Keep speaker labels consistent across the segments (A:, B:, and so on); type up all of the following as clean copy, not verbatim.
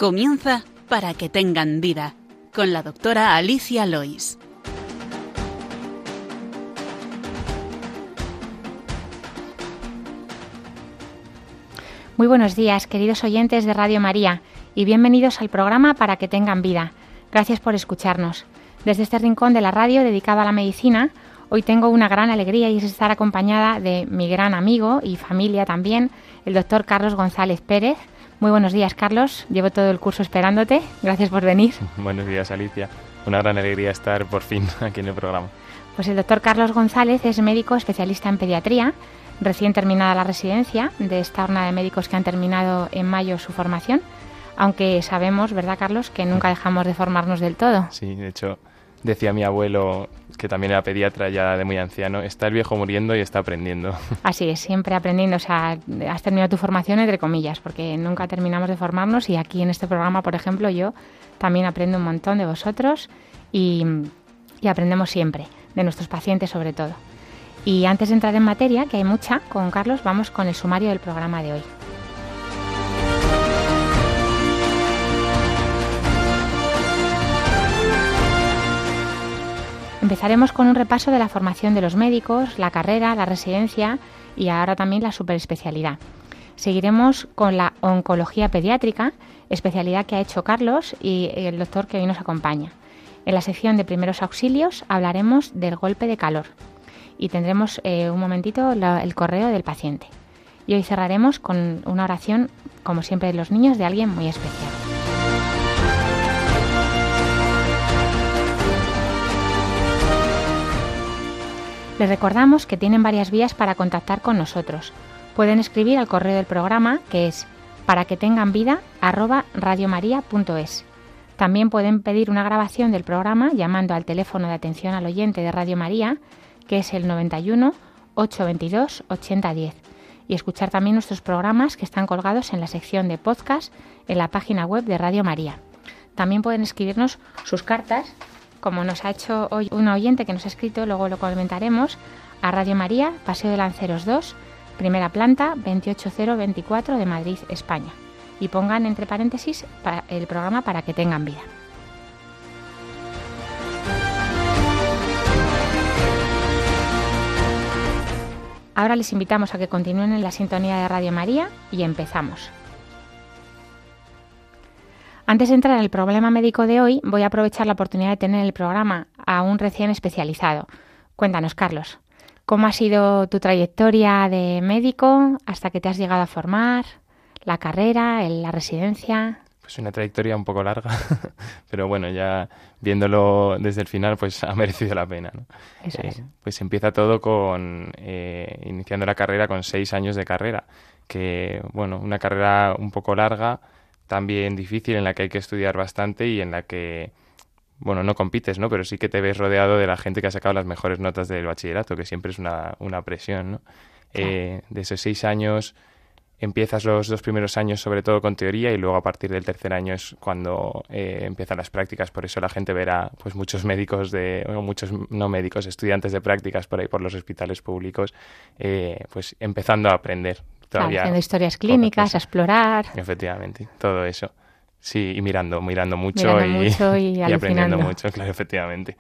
A: Comienza Para que tengan vida, con la doctora Alicia Lois.
B: Muy buenos días, queridos oyentes de Radio María, y bienvenidos al programa Para que tengan vida. Gracias por escucharnos. Desde este rincón de la radio dedicado a la medicina, hoy tengo una gran alegría y es estar acompañada de mi gran amigo y familia también, el doctor Carlos González Pérez. Muy buenos días, Carlos. Llevo todo el curso esperándote. Gracias por venir.
C: Buenos días, Alicia. Una gran alegría estar por fin aquí en el programa.
B: Pues el doctor Carlos González es médico especialista en pediatría, recién terminada la residencia de esta hornada de médicos que han terminado en mayo su formación, aunque sabemos, ¿verdad, Carlos?, que nunca dejamos de formarnos del todo.
C: Sí, de hecho, decía mi abuelo, que también era pediatra ya de muy anciano, está el viejo muriendo y está aprendiendo.
B: Así es, siempre aprendiendo. O sea, has terminado tu formación entre comillas, porque nunca terminamos de formarnos, y aquí en este programa, por ejemplo, yo también aprendo un montón de vosotros y aprendemos siempre, de nuestros pacientes sobre todo. Y antes de entrar en materia, que hay mucha, con Carlos vamos con el sumario del programa de hoy. Empezaremos con un repaso de la formación de los médicos, la carrera, la residencia y ahora también la superespecialidad. Seguiremos con la oncología pediátrica, especialidad que ha hecho Carlos y el doctor que hoy nos acompaña. En la sección de primeros auxilios hablaremos del golpe de calor y tendremos un momentito el correo del paciente. Y hoy cerraremos con una oración, como siempre de los niños, de alguien muy especial. Les recordamos que tienen varias vías para contactar con nosotros. Pueden escribir al correo del programa, que es paraquetenganvida@radiomaria.es. También pueden pedir una grabación del programa llamando al teléfono de atención al oyente de Radio María, que es el 91 822 8010, y escuchar también nuestros programas que están colgados en la sección de podcast en la página web de Radio María. También pueden escribirnos sus cartas, como nos ha hecho hoy un oyente que nos ha escrito, luego lo comentaremos, a Radio María, Paseo de Lanceros 2, primera planta, 28024 de Madrid, España. Y pongan entre paréntesis el programa Para que tengan vida. Ahora les invitamos a que continúen en la sintonía de Radio María y empezamos. Antes de entrar en el problema médico de hoy, voy a aprovechar la oportunidad de tener en el programa a un recién especializado. Cuéntanos, Carlos, ¿cómo ha sido tu trayectoria de médico hasta que te has llegado a formar, la carrera, la residencia?
C: Pues una trayectoria un poco larga, pero bueno, ya viéndolo desde el final, pues ha merecido la pena, ¿no?
B: Eso es.
C: Pues empieza todo con iniciando la carrera con 6 años de carrera, que bueno, una carrera un poco larga, también difícil, en la que hay que estudiar bastante y en la que, bueno, no compites, ¿no? Pero sí que te ves rodeado de la gente que ha sacado las mejores notas del bachillerato, que siempre es una presión, ¿no? Claro. De esos 6 años empiezas los 2 primeros años sobre todo con teoría y luego a partir del tercer año es cuando empiezan las prácticas. Por eso la gente verá pues muchos médicos muchos no médicos, estudiantes de prácticas por ahí por los hospitales públicos, pues empezando a aprender.
B: Claro, haciendo historias clínicas, a explorar.
C: Efectivamente, todo eso. Sí, y mirando mucho
B: y
C: aprendiendo mucho, claro, efectivamente.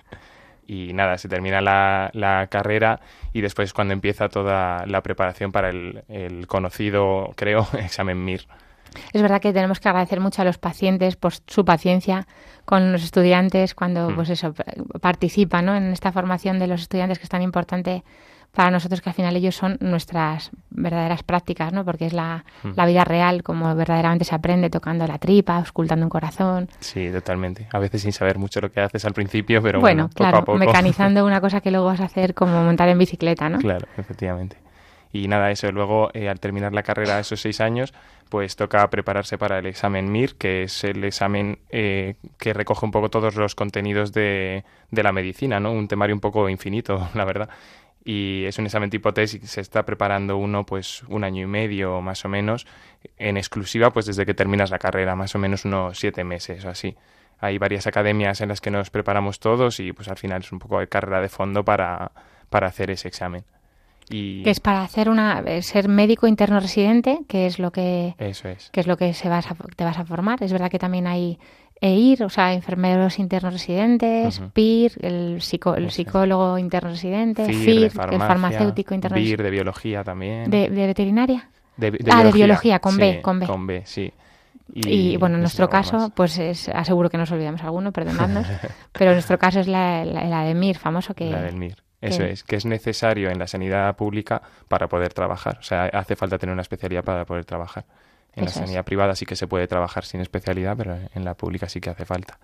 C: Y nada, se termina la carrera y después es cuando empieza toda la preparación para el conocido, creo, examen MIR.
B: Es verdad que tenemos que agradecer mucho a los pacientes por su paciencia con los estudiantes cuando pues eso, participan, ¿no?, en esta formación de los estudiantes, que es tan importante para nosotros, que al final ellos son nuestras verdaderas prácticas, ¿no? Porque es la vida real, como verdaderamente se aprende tocando la tripa, auscultando un corazón.
C: Sí, totalmente. A veces sin saber mucho lo que haces al principio, pero
B: bueno,
C: poco
B: claro,
C: a poco.
B: Mecanizando una cosa que luego vas a hacer como montar en bicicleta, ¿no?
C: Claro, efectivamente. Y nada, eso. Luego, al terminar la carrera, esos 6 años, pues toca prepararse para el examen MIR, que es el examen que recoge un poco todos los contenidos de la medicina, ¿no? Un temario un poco infinito, la verdad. Y es un examen tipo test y se está preparando uno pues 1 año y medio más o menos, en exclusiva pues desde que terminas la carrera, más o menos unos 7 meses o así. Hay varias academias en las que nos preparamos todos y pues al final es un poco de carrera de fondo para hacer ese examen. Y
B: que es para hacer ser médico interno residente, que es lo que
C: eso es.
B: que es lo que te vas a formar. Es verdad que también hay EIR, o sea, enfermeros internos residentes, PIR, el psicólogo interno residente, FIR,
C: farmacia,
B: el farmacéutico interno
C: BIR
B: residente.
C: de biología también.
B: ¿De veterinaria?
C: De
B: biología, con
C: sí,
B: B.
C: Con B, sí.
B: Y bueno, en nuestro caso,
C: más.
B: pues aseguro que nos olvidamos alguno, perdonadnos, pero en nuestro caso es la de MIR, famoso que...
C: La del MIR. Eso es, que es necesario en la sanidad pública para poder trabajar. O sea, hace falta tener una especialidad para poder trabajar. En la sanidad privada sí que se puede trabajar sin especialidad, pero en la pública sí que hace falta.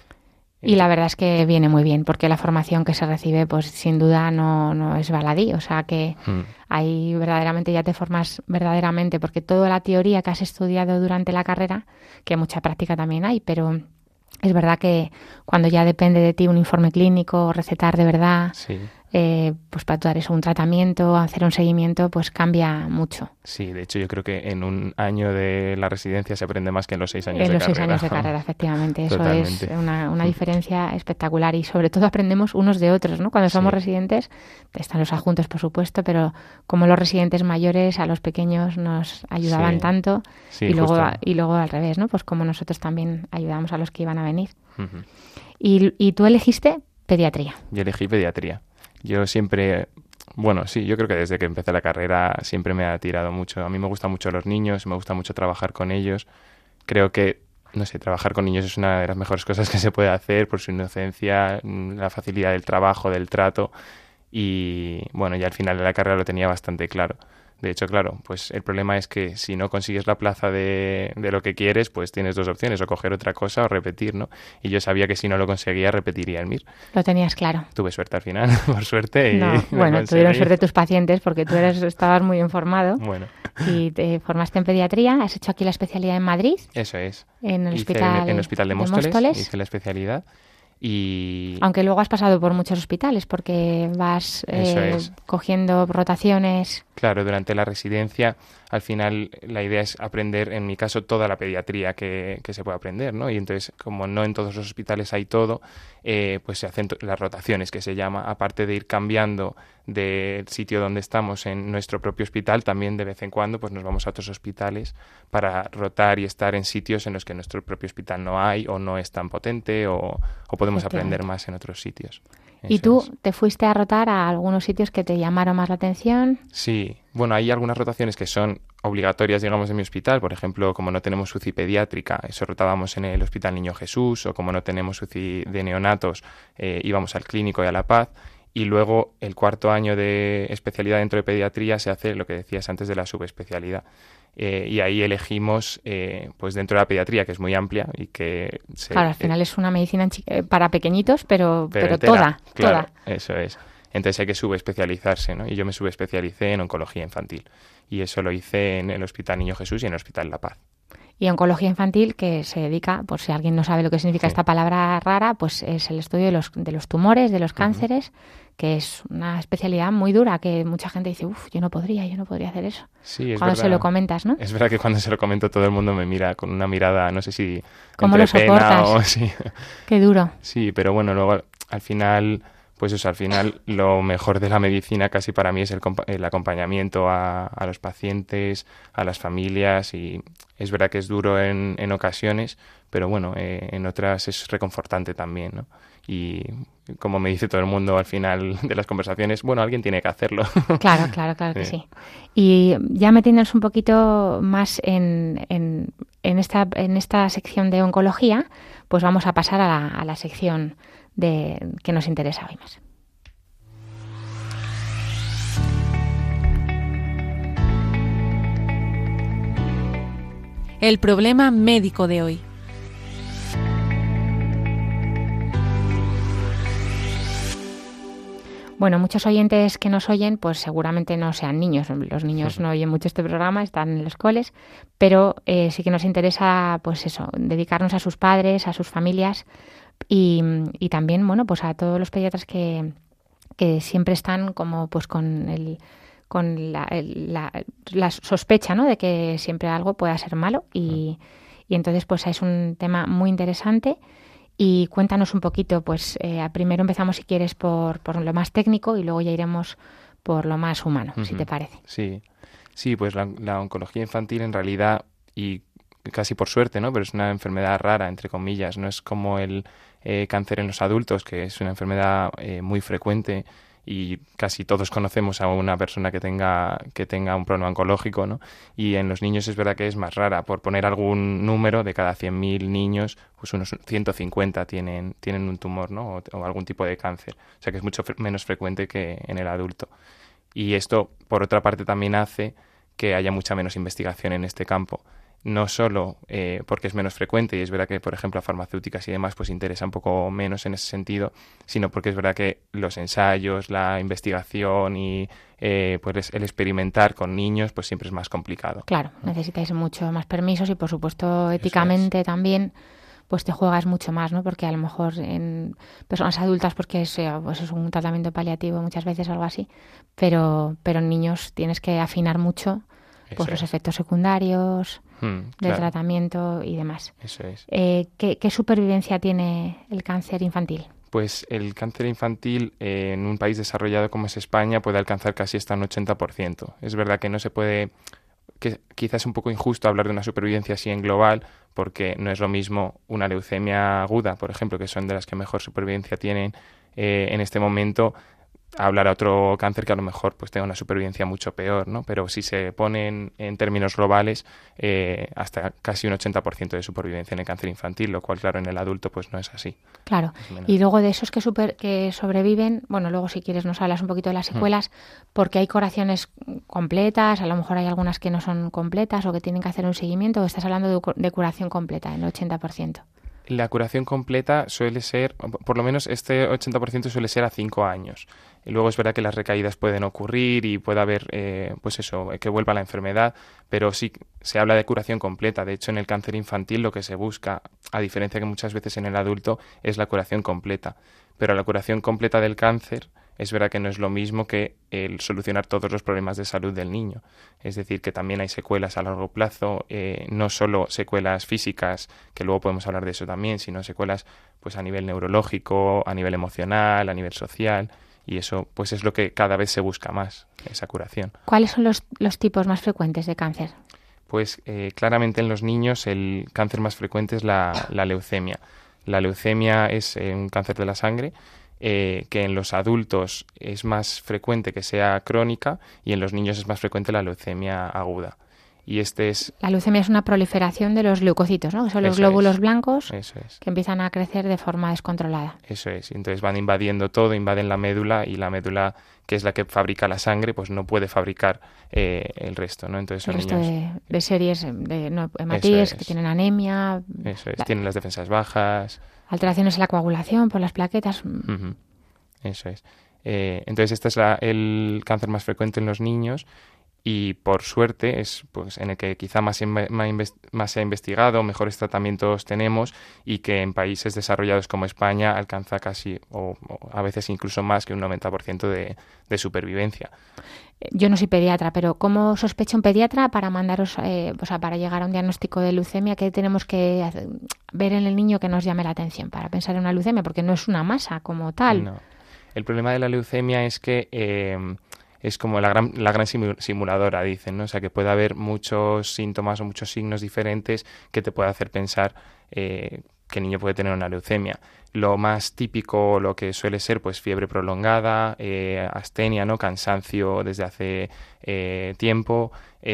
B: Y la verdad es que viene muy bien, porque la formación que se recibe, pues sin duda no es baladí. O sea que ahí verdaderamente ya te formas verdaderamente, porque toda la teoría que has estudiado durante la carrera, que mucha práctica también hay, pero es verdad que cuando ya depende de ti un informe clínico, recetar de verdad,
C: sí.
B: Pues para dar eso, un tratamiento, hacer un seguimiento, pues cambia mucho.
C: Sí, de hecho yo creo que en un año de la residencia se aprende más que en los 6 años de carrera.
B: En los 6 años de carrera, efectivamente. Eso
C: Totalmente.
B: es una diferencia espectacular y sobre todo aprendemos unos de otros, ¿no? Cuando somos residentes, están los adjuntos, por supuesto, pero como los residentes mayores a los pequeños nos ayudaban tanto y luego al revés, ¿no? Pues como nosotros también ayudamos a los que iban a venir.
C: Uh-huh.
B: Y tú elegiste pediatría.
C: Yo elegí pediatría. Yo siempre, bueno, sí, yo creo que desde que empecé la carrera siempre me ha tirado mucho. A mí me gustan mucho los niños, me gusta mucho trabajar con ellos. Creo que, no sé, trabajar con niños es una de las mejores cosas que se puede hacer por su inocencia, la facilidad del trabajo, del trato. Y bueno, ya al final de la carrera lo tenía bastante claro. De hecho, claro, pues el problema es que si no consigues la plaza de lo que quieres, pues tienes dos opciones, o coger otra cosa o repetir, ¿no? Y yo sabía que si no lo conseguía, repetiría el MIR.
B: Lo tenías claro.
C: Tuve suerte al final, por suerte.
B: Bueno, tuvieron suerte tus pacientes porque tú estabas muy informado.
C: Bueno.
B: Y te formaste en pediatría. ¿Has hecho aquí la especialidad en Madrid?
C: Eso es.
B: En el
C: hospital de Móstoles. Hice la especialidad. Y...
B: Aunque luego has pasado por muchos hospitales porque vas cogiendo rotaciones.
C: Claro, durante la residencia al final la idea es aprender, en mi caso, toda la pediatría que se puede aprender, ¿no? Y entonces, como no en todos los hospitales hay todo, pues se hacen las rotaciones, que se llama, aparte de ir cambiando del sitio donde estamos en nuestro propio hospital, también de vez en cuando pues nos vamos a otros hospitales para rotar y estar en sitios en los que nuestro propio hospital no hay o no es tan potente o podemos aprender más en otros sitios.
B: ¿Y tú te fuiste a rotar a algunos sitios que te llamaron más la atención?
C: Sí, bueno, hay algunas rotaciones que son obligatorias, digamos, en mi hospital. Por ejemplo, como no tenemos UCI pediátrica, eso rotábamos en el Hospital Niño Jesús, o como no tenemos UCI de neonatos, íbamos al Clínico y a La Paz. Y luego el cuarto año de especialidad dentro de pediatría se hace lo que decías antes de la subespecialidad. Y ahí elegimos, pues dentro de la pediatría, que es muy amplia y que...
B: Claro, al final es una medicina para pequeñitos, pero
C: entera,
B: toda.
C: Claro, eso es. Entonces hay que subespecializarse, ¿no? Y yo me subespecialicé en oncología infantil. Y eso lo hice en el Hospital Niño Jesús y en el Hospital La Paz.
B: Y oncología infantil, que se dedica, por si alguien no sabe lo que significa esta palabra rara, pues es el estudio de los tumores, de los cánceres, que es una especialidad muy dura, que mucha gente dice, yo no podría hacer eso.
C: Sí, es
B: cuando
C: verdad.
B: Se lo comentas, ¿no?
C: Es verdad que cuando se lo comento todo el mundo me mira con una mirada, no sé si
B: ¿cómo lo soportas?
C: O, sí.
B: Qué duro.
C: Sí, pero bueno, luego al final... Pues eso, al final lo mejor de la medicina casi para mí es el acompañamiento a los pacientes, a las familias, y es verdad que es duro en ocasiones, pero bueno, en otras es reconfortante también, ¿no? Y como me dice todo el mundo al final de las conversaciones, bueno, alguien tiene que hacerlo.
B: Claro que sí. Y ya metiéndonos un poquito más en esta sección de oncología, pues vamos a pasar a la sección que nos interesa hoy más.
A: El problema médico de hoy.
B: Bueno, muchos oyentes que nos oyen, pues seguramente no sean niños. Los niños no oyen mucho este programa, están en los coles, pero sí que nos interesa, pues eso, dedicarnos a sus padres, a sus familias. Y también, bueno, pues a todos los pediatras que siempre están como pues con la sospecha, ¿no?, de que siempre algo pueda ser malo y entonces pues es un tema muy interesante. Y cuéntanos un poquito, pues primero empezamos, si quieres, por lo más técnico y luego ya iremos por lo más humano, si te parece.
C: Sí, pues la oncología infantil en realidad, y casi por suerte, ¿no? Pero es una enfermedad rara, entre comillas, no es como el cáncer en los adultos, que es una enfermedad muy frecuente y casi todos conocemos a una persona que tenga un problema oncológico, ¿no? Y en los niños es verdad que es más rara. Por poner algún número, de cada 100.000 niños, pues unos 150 tienen un tumor, ¿no? O algún tipo de cáncer. O sea que es mucho menos frecuente que en el adulto. Y esto, por otra parte, también hace que haya mucha menos investigación en este campo. No solo porque es menos frecuente, y es verdad que, por ejemplo, a farmacéuticas y demás pues interesa un poco menos en ese sentido, sino porque es verdad que los ensayos, la investigación y pues el experimentar con niños pues siempre es más complicado.
B: Claro, necesitáis mucho más permisos y, por supuesto, éticamente también pues te juegas mucho más, ¿no? Porque a lo mejor en personas adultas, porque pues es un tratamiento paliativo muchas veces o algo así, pero en niños tienes que afinar mucho pues los efectos secundarios del tratamiento y demás.
C: Eso es.
B: ¿Qué supervivencia tiene el cáncer infantil?
C: Pues el cáncer infantil en un país desarrollado como es España puede alcanzar casi hasta un 80%. Es verdad que no se puede, que quizás es un poco injusto hablar de una supervivencia así en global, porque no es lo mismo una leucemia aguda, por ejemplo, que son de las que mejor supervivencia tienen en este momento, hablar a otro cáncer que a lo mejor pues tenga una supervivencia mucho peor, ¿no? Pero si se ponen en términos globales, hasta casi un 80% de supervivencia en el cáncer infantil, lo cual, claro, en el adulto pues no es así.
B: Claro. Y luego de esos que sobreviven, bueno, luego si quieres nos hablas un poquito de las secuelas, porque hay curaciones completas, a lo mejor hay algunas que no son completas o que tienen que hacer un seguimiento, o estás hablando de curación completa, en el 80%.
C: La curación completa suele ser, por lo menos este 80% suele ser a 5 años. Y luego es verdad que las recaídas pueden ocurrir y puede haber, pues eso, que vuelva la enfermedad, pero sí se habla de curación completa. De hecho, en el cáncer infantil lo que se busca, a diferencia que muchas veces en el adulto, es la curación completa. Pero la curación completa del cáncer es verdad que no es lo mismo que el solucionar todos los problemas de salud del niño. Es decir, que también hay secuelas a largo plazo, no solo secuelas físicas, que luego podemos hablar de eso también, sino secuelas pues a nivel neurológico, a nivel emocional, a nivel social, y eso pues es lo que cada vez se busca más, esa curación.
B: ¿Cuáles son los tipos más frecuentes de cáncer?
C: Pues claramente en los niños el cáncer más frecuente es la leucemia. La leucemia es un cáncer de la sangre, que en los adultos es más frecuente que sea crónica y en los niños es más frecuente la leucemia aguda. Y La
B: leucemia es una proliferación de los leucocitos, ¿no? Que son los glóbulos blancos que empiezan a crecer de forma descontrolada.
C: Eso es. Entonces van invadiendo todo, invaden la médula y la médula, que es la que fabrica la sangre, pues no puede fabricar el resto, ¿no? Entonces
B: el resto de series de hematíes que tienen anemia.
C: Eso es. Tienen las defensas bajas.
B: Alteraciones en la coagulación por las plaquetas.
C: Eso es. Entonces este es el cáncer más frecuente en los niños y por suerte es pues en el que quizá más se ha investigado, mejores tratamientos tenemos y que en países desarrollados como España alcanza casi o a veces incluso más que un 90% de supervivencia.
B: Yo no soy pediatra, pero ¿cómo sospecha un pediatra para mandaros, para llegar a un diagnóstico de leucemia? ¿Qué tenemos que ver en el niño que nos llame la atención para pensar en una leucemia? Porque no es una masa como tal.
C: No. El problema de la leucemia es que es como la gran simuladora, dicen, ¿no? O sea, que puede haber muchos síntomas o muchos signos diferentes que te puede hacer pensar que el niño puede tener una leucemia. Lo más típico, lo que suele ser, pues fiebre prolongada, astenia, ¿no? Cansancio desde hace tiempo,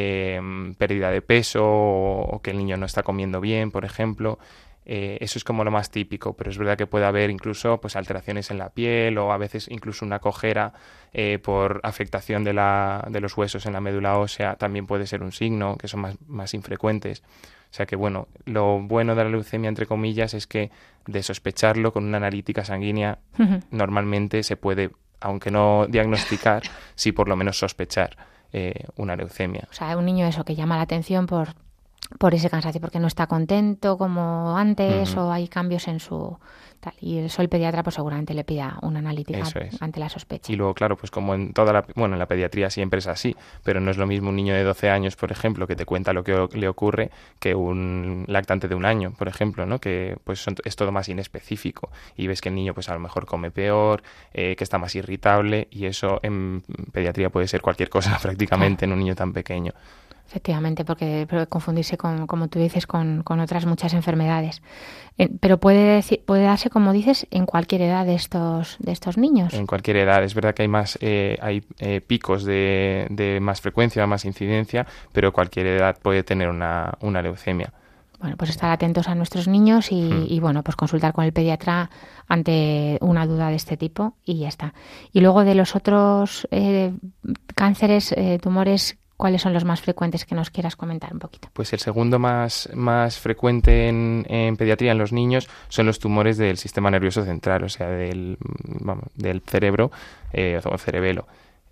C: pérdida de peso o que el niño no está comiendo bien, por ejemplo. Eso es como lo más típico, pero es verdad que puede haber incluso pues alteraciones en la piel o a veces incluso una cojera por afectación de los huesos en la médula ósea, también puede ser un signo, que son más infrecuentes. O sea que bueno, lo bueno de la leucemia, entre comillas, es que de sospecharlo con una analítica sanguínea normalmente se puede, aunque no diagnosticar, sí por lo menos sospechar una leucemia.
B: O sea, un niño eso que llama la atención por por ese cansancio, porque no está contento como antes o hay cambios en su... tal. Y eso el pediatra pues seguramente le pida una analítica ante la sospecha.
C: Y luego, claro, pues como en en la pediatría siempre es así, pero no es lo mismo un niño de 12 años, por ejemplo, que te cuenta lo que le ocurre, que un lactante de 1 año, por ejemplo, ¿no? Que pues es todo más inespecífico y ves que el niño pues a lo mejor come peor, que está más irritable, y eso en pediatría puede ser cualquier cosa prácticamente en un niño tan pequeño.
B: Efectivamente, porque puede confundirse con, como tú dices, con otras muchas enfermedades. Pero puede darse, como dices, en cualquier edad de estos niños.
C: En cualquier edad. Es verdad que hay picos de más frecuencia, más incidencia, pero cualquier edad puede tener una leucemia.
B: Bueno, pues estar atentos a nuestros niños y bueno, pues consultar con el pediatra ante una duda de este tipo y ya está. Y luego de los otros cánceres, tumores, ¿cuáles son los más frecuentes que nos quieras comentar un poquito?
C: Pues el segundo más frecuente en pediatría en los niños son los tumores del sistema nervioso central, o sea, del cerebro o cerebelo.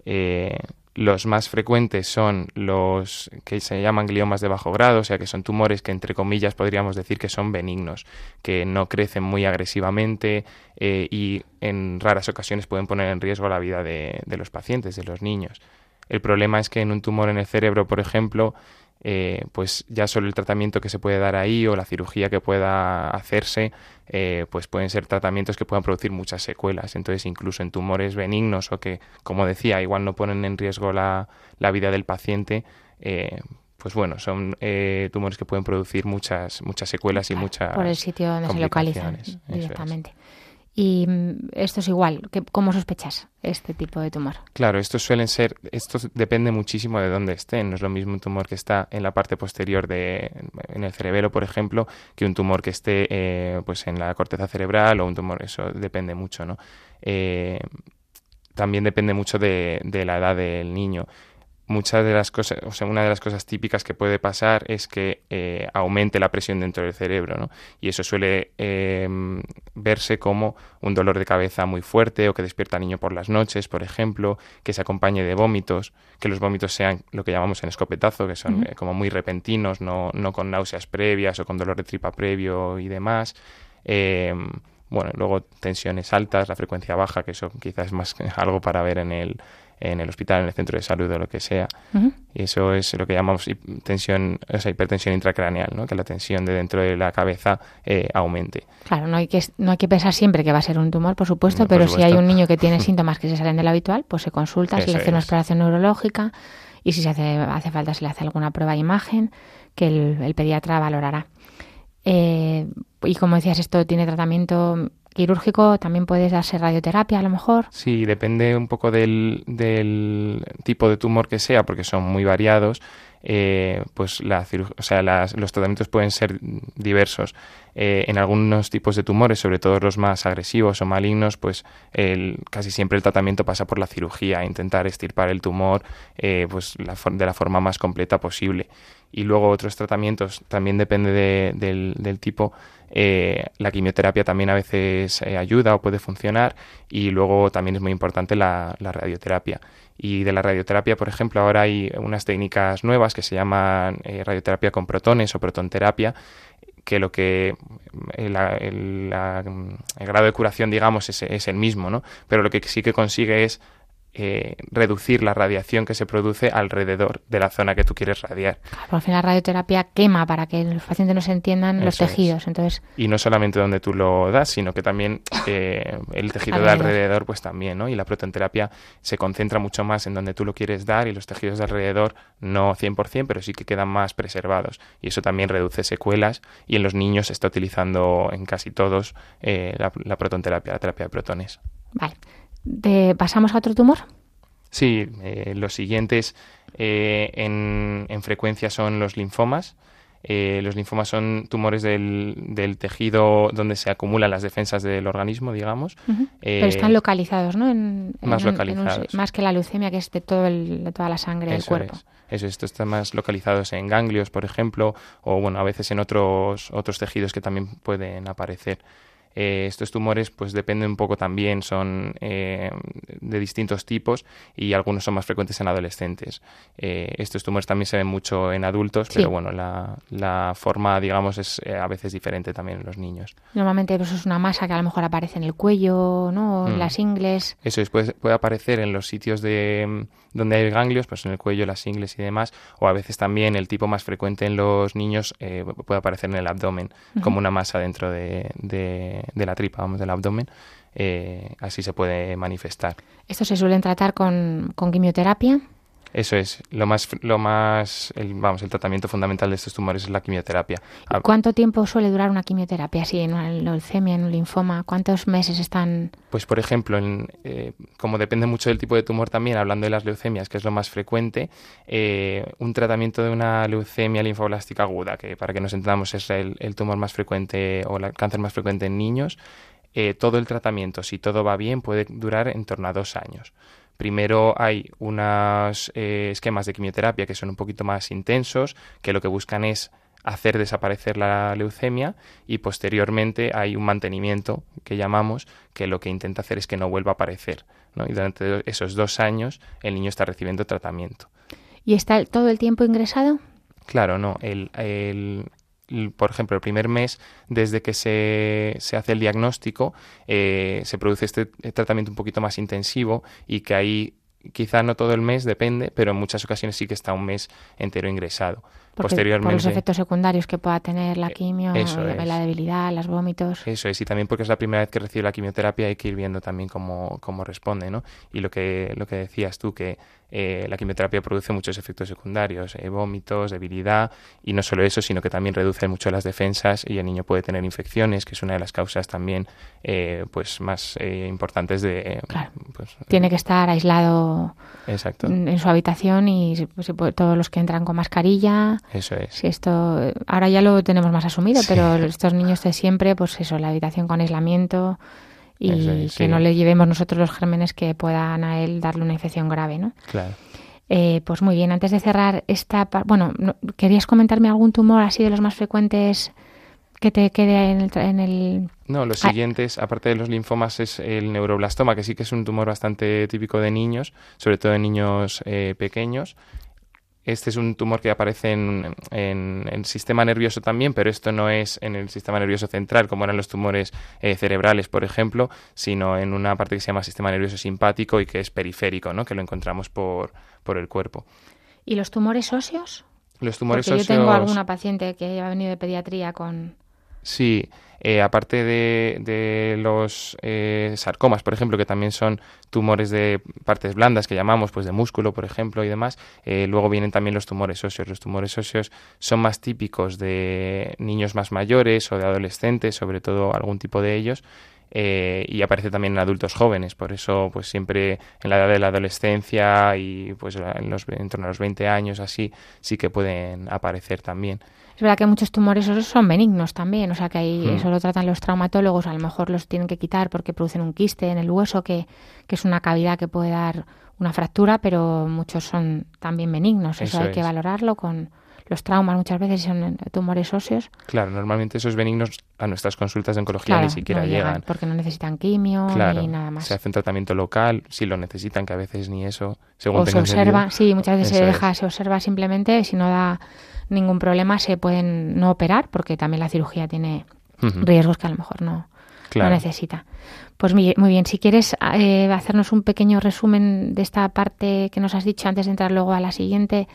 C: Los más frecuentes son los que se llaman gliomas de bajo grado, o sea, que son tumores que, entre comillas, podríamos decir que son benignos, que no crecen muy agresivamente y en raras ocasiones pueden poner en riesgo la vida de los pacientes, de los niños. El problema es que en un tumor en el cerebro, por ejemplo, pues ya solo el tratamiento que se puede dar ahí o la cirugía que pueda hacerse, pues pueden ser tratamientos que puedan producir muchas secuelas. Entonces, incluso en tumores benignos o que, como decía, igual no ponen en riesgo la vida del paciente, pues bueno, son tumores que pueden producir muchas secuelas y muchas
B: por el sitio donde se localizan directamente. Y esto es igual, ¿cómo sospechas este tipo de tumor?
C: Claro, esto depende muchísimo de dónde estén. No es lo mismo un tumor que está en la parte posterior en el cerebelo, por ejemplo, que un tumor que esté pues en la corteza cerebral o un tumor, eso depende mucho, ¿no? También depende mucho de la edad del niño. Muchas de las cosas, o sea, una de las cosas típicas que puede pasar es que aumente la presión dentro del cerebro, ¿no? Y eso suele verse como un dolor de cabeza muy fuerte o que despierta al niño por las noches, por ejemplo, que se acompañe de vómitos, que los vómitos sean lo que llamamos en escopetazo, que son como muy repentinos, no con náuseas previas o con dolor de tripa previo y demás. Bueno, luego tensiones altas, la frecuencia baja, que eso quizás es más algo para ver en el hospital, en el centro de salud o lo que sea. Y eso es lo que llamamos hipertensión intracraneal, ¿no? Que la tensión de dentro de la cabeza aumente.
B: Claro, no hay que pensar siempre que va a ser un tumor, por supuesto, pero si hay un niño que tiene síntomas que se salen de lo habitual, pues se consulta, se le hace una exploración neurológica y si hace falta se le hace alguna prueba de imagen que el pediatra valorará. Y como decías, esto tiene tratamiento quirúrgico, también puedes darse radioterapia a lo mejor.
C: Sí, depende un poco del tipo de tumor que sea, porque son muy variados. Pues los tratamientos pueden ser diversos. En algunos tipos de tumores, sobre todo los más agresivos o malignos, pues casi siempre el tratamiento pasa por la cirugía, intentar extirpar el tumor pues de la forma más completa posible. Y luego otros tratamientos, también depende del tipo. La quimioterapia también a veces ayuda o puede funcionar, y luego también es muy importante la radioterapia. Y de la radioterapia, por ejemplo, ahora hay unas técnicas nuevas que se llaman radioterapia con protones o protonterapia, que el grado de curación, digamos, es el mismo, ¿no? Pero lo que sí que consigue es reducir la radiación que se produce alrededor de la zona que tú quieres radiar.
B: Claro, al final la radioterapia quema para que los pacientes no se entiendan los tejidos. Entonces...
C: Y no solamente donde tú lo das, sino que también el tejido de alrededor pues también, ¿no? Y la protonterapia se concentra mucho más en donde tú lo quieres dar y los tejidos de alrededor no 100%, pero sí que quedan más preservados. Y eso también reduce secuelas, y en los niños se está utilizando en casi todos la protonterapia, la terapia de protones.
B: Vale. ¿Pasamos a otro tumor?
C: Sí, los siguientes en frecuencia son los linfomas. Los linfomas son tumores del tejido donde se acumulan las defensas del organismo, digamos.
B: Pero están localizados, ¿no?
C: Localizados.
B: Más que la leucemia, que es de toda la sangre del cuerpo.
C: Esto está más localizados en ganglios, por ejemplo, o bueno, a veces en otros tejidos que también pueden aparecer. Estos tumores pues dependen un poco también, son de distintos tipos y algunos son más frecuentes en adolescentes. Estos tumores también se ven mucho en adultos, pero bueno, la forma, digamos, es a veces diferente también en los niños.
B: Normalmente pues, es una masa que a lo mejor aparece en el cuello, ¿no? O en las ingles.
C: Eso es, puede aparecer en los sitios donde hay ganglios, pues en el cuello, las ingles y demás, o a veces también el tipo más frecuente en los niños puede aparecer en el abdomen, como una masa dentro de la tripa, vamos, del abdomen. Así se puede manifestar.
B: ¿Estos se suelen tratar con quimioterapia?
C: Eso es, el tratamiento fundamental de estos tumores es la quimioterapia.
B: ¿Cuánto tiempo suele durar una quimioterapia? Si en una leucemia, en un linfoma, ¿cuántos meses están?
C: Pues por ejemplo, como depende mucho del tipo de tumor también, hablando de las leucemias, que es lo más frecuente, un tratamiento de una leucemia linfoblástica aguda, que para que nos entendamos es el tumor más frecuente o el cáncer más frecuente en niños, todo el tratamiento, si todo va bien, puede durar en torno a 2 años. Primero hay unos esquemas de quimioterapia que son un poquito más intensos, que lo que buscan es hacer desaparecer la leucemia, y posteriormente hay un mantenimiento que llamamos, que lo que intenta hacer es que no vuelva a aparecer, ¿no? Y durante esos 2 años el niño está recibiendo tratamiento.
B: ¿Y está todo el tiempo ingresado?
C: Claro, no. Por ejemplo, el primer mes desde que se hace el diagnóstico se produce este tratamiento un poquito más intensivo, y que ahí quizá no todo el mes, depende, pero en muchas ocasiones sí que está un mes entero ingresado.
B: Porque
C: Posteriormente,
B: por los efectos secundarios que pueda tener la quimio, la debilidad, los vómitos.
C: Eso es, y también porque es la primera vez que recibe la quimioterapia, hay que ir viendo también cómo responde, ¿no? Y lo que decías tú, que la quimioterapia produce muchos efectos secundarios, vómitos, debilidad, y no solo eso, sino que también reduce mucho las defensas y el niño puede tener infecciones, que es una de las causas también pues más importantes de...
B: Claro. Tiene que estar aislado.
C: Exacto.
B: En su habitación, y todos los que entran con mascarilla.
C: Eso es.
B: Si esto ahora ya lo tenemos más asumido, sí. Pero estos niños de siempre, pues eso, la habitación con aislamiento, y es, que no le llevemos nosotros los gérmenes que puedan a él darle una infección grave, ¿no?
C: Claro.
B: Pues muy bien, antes de cerrar ¿querías comentarme algún tumor así de los más frecuentes que te quede en el...?
C: No, los siguientes, aparte de los linfomas, es el neuroblastoma, que sí que es un tumor bastante típico de niños, sobre todo en niños pequeños. Este es un tumor que aparece en el sistema nervioso también, pero esto no es en el sistema nervioso central, como eran los tumores cerebrales, por ejemplo, sino en una parte que se llama sistema nervioso simpático y que es periférico, ¿no? Que lo encontramos por el cuerpo.
B: ¿Y los tumores óseos?
C: Los tumores
B: Porque
C: óseos...
B: yo tengo alguna paciente que ha venido de pediatría con...
C: Sí, aparte de los sarcomas, por ejemplo, que también son tumores de partes blandas que llamamos, pues de músculo, por ejemplo, y demás, luego vienen también los tumores óseos. Los tumores óseos son más típicos de niños más mayores o de adolescentes, sobre todo algún tipo de ellos, y aparece también en adultos jóvenes. Por eso, pues siempre en la edad de la adolescencia y pues en torno a los 20 años así, sí que pueden aparecer también.
B: Es verdad que muchos tumores son benignos también, o sea que ahí eso lo tratan los traumatólogos, a lo mejor los tienen que quitar porque producen un quiste en el hueso, que es una cavidad que puede dar una fractura, pero muchos son también benignos. Eso hay que valorarlo con los traumas, muchas veces son tumores óseos.
C: Claro, normalmente esos benignos a nuestras consultas de oncología ni siquiera
B: no
C: llegan.
B: Porque no necesitan quimio ni nada más.
C: Se hace un tratamiento local, si lo necesitan, que a veces ni eso. Según
B: o se observa,
C: entendido.
B: Sí, muchas veces se observa simplemente, si no da ningún problema se pueden no operar, porque también la cirugía tiene riesgos que a lo mejor no necesita. Pues muy bien, si quieres hacernos un pequeño resumen de esta parte que nos has dicho antes de entrar luego a la siguiente,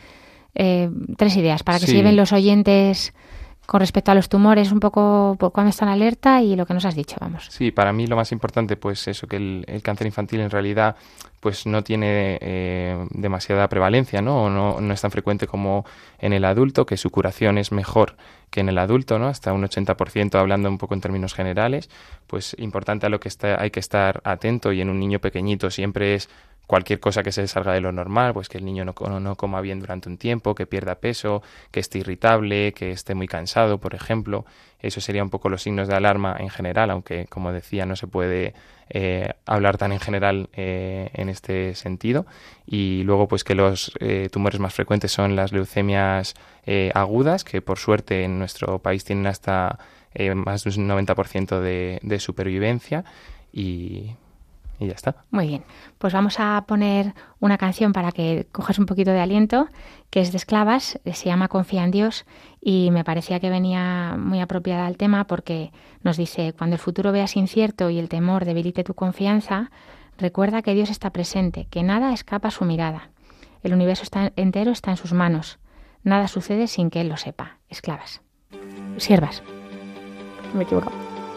B: 3 ideas para que se lleven los oyentes con respecto a los tumores, un poco por cuándo están alerta y lo que nos has dicho, vamos.
C: Sí, para mí lo más importante, pues eso, que el cáncer infantil en realidad pues no tiene demasiada prevalencia, ¿no? O no es tan frecuente como en el adulto, que su curación es mejor que en el adulto, ¿no? Hasta un 80%, hablando un poco en términos generales. Pues importante a lo que hay que estar atento, y en un niño pequeñito siempre es cualquier cosa que se salga de lo normal, pues que el niño no coma bien durante un tiempo, que pierda peso, que esté irritable, que esté muy cansado, por ejemplo. Eso sería un poco los signos de alarma en general, aunque, como decía, no se puede hablar tan en general en este sentido. Y luego, pues que los tumores más frecuentes son las leucemias agudas, que por suerte en nuestro país tienen hasta más de un 90% de supervivencia y ya está.
B: Muy bien, pues vamos a poner una canción para que cojas un poquito de aliento, que es de Esclavas, se llama Confía en Dios, y me parecía que venía muy apropiada al tema porque nos dice: cuando el futuro veas incierto y el temor debilite tu confianza, recuerda que Dios está presente, que nada escapa a su mirada. El universo entero está en sus manos. Nada sucede sin que Él lo sepa. Esclavas. Siervas. Me he equivocado.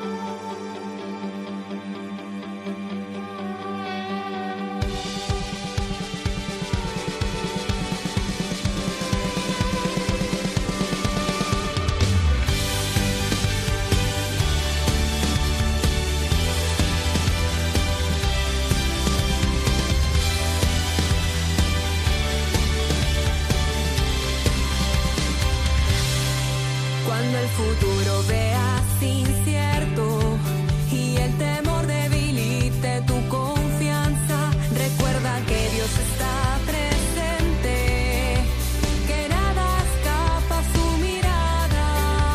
D: Cuando el futuro veas incierto y el temor debilite tu confianza, recuerda que Dios está presente, que nada escapa a su mirada.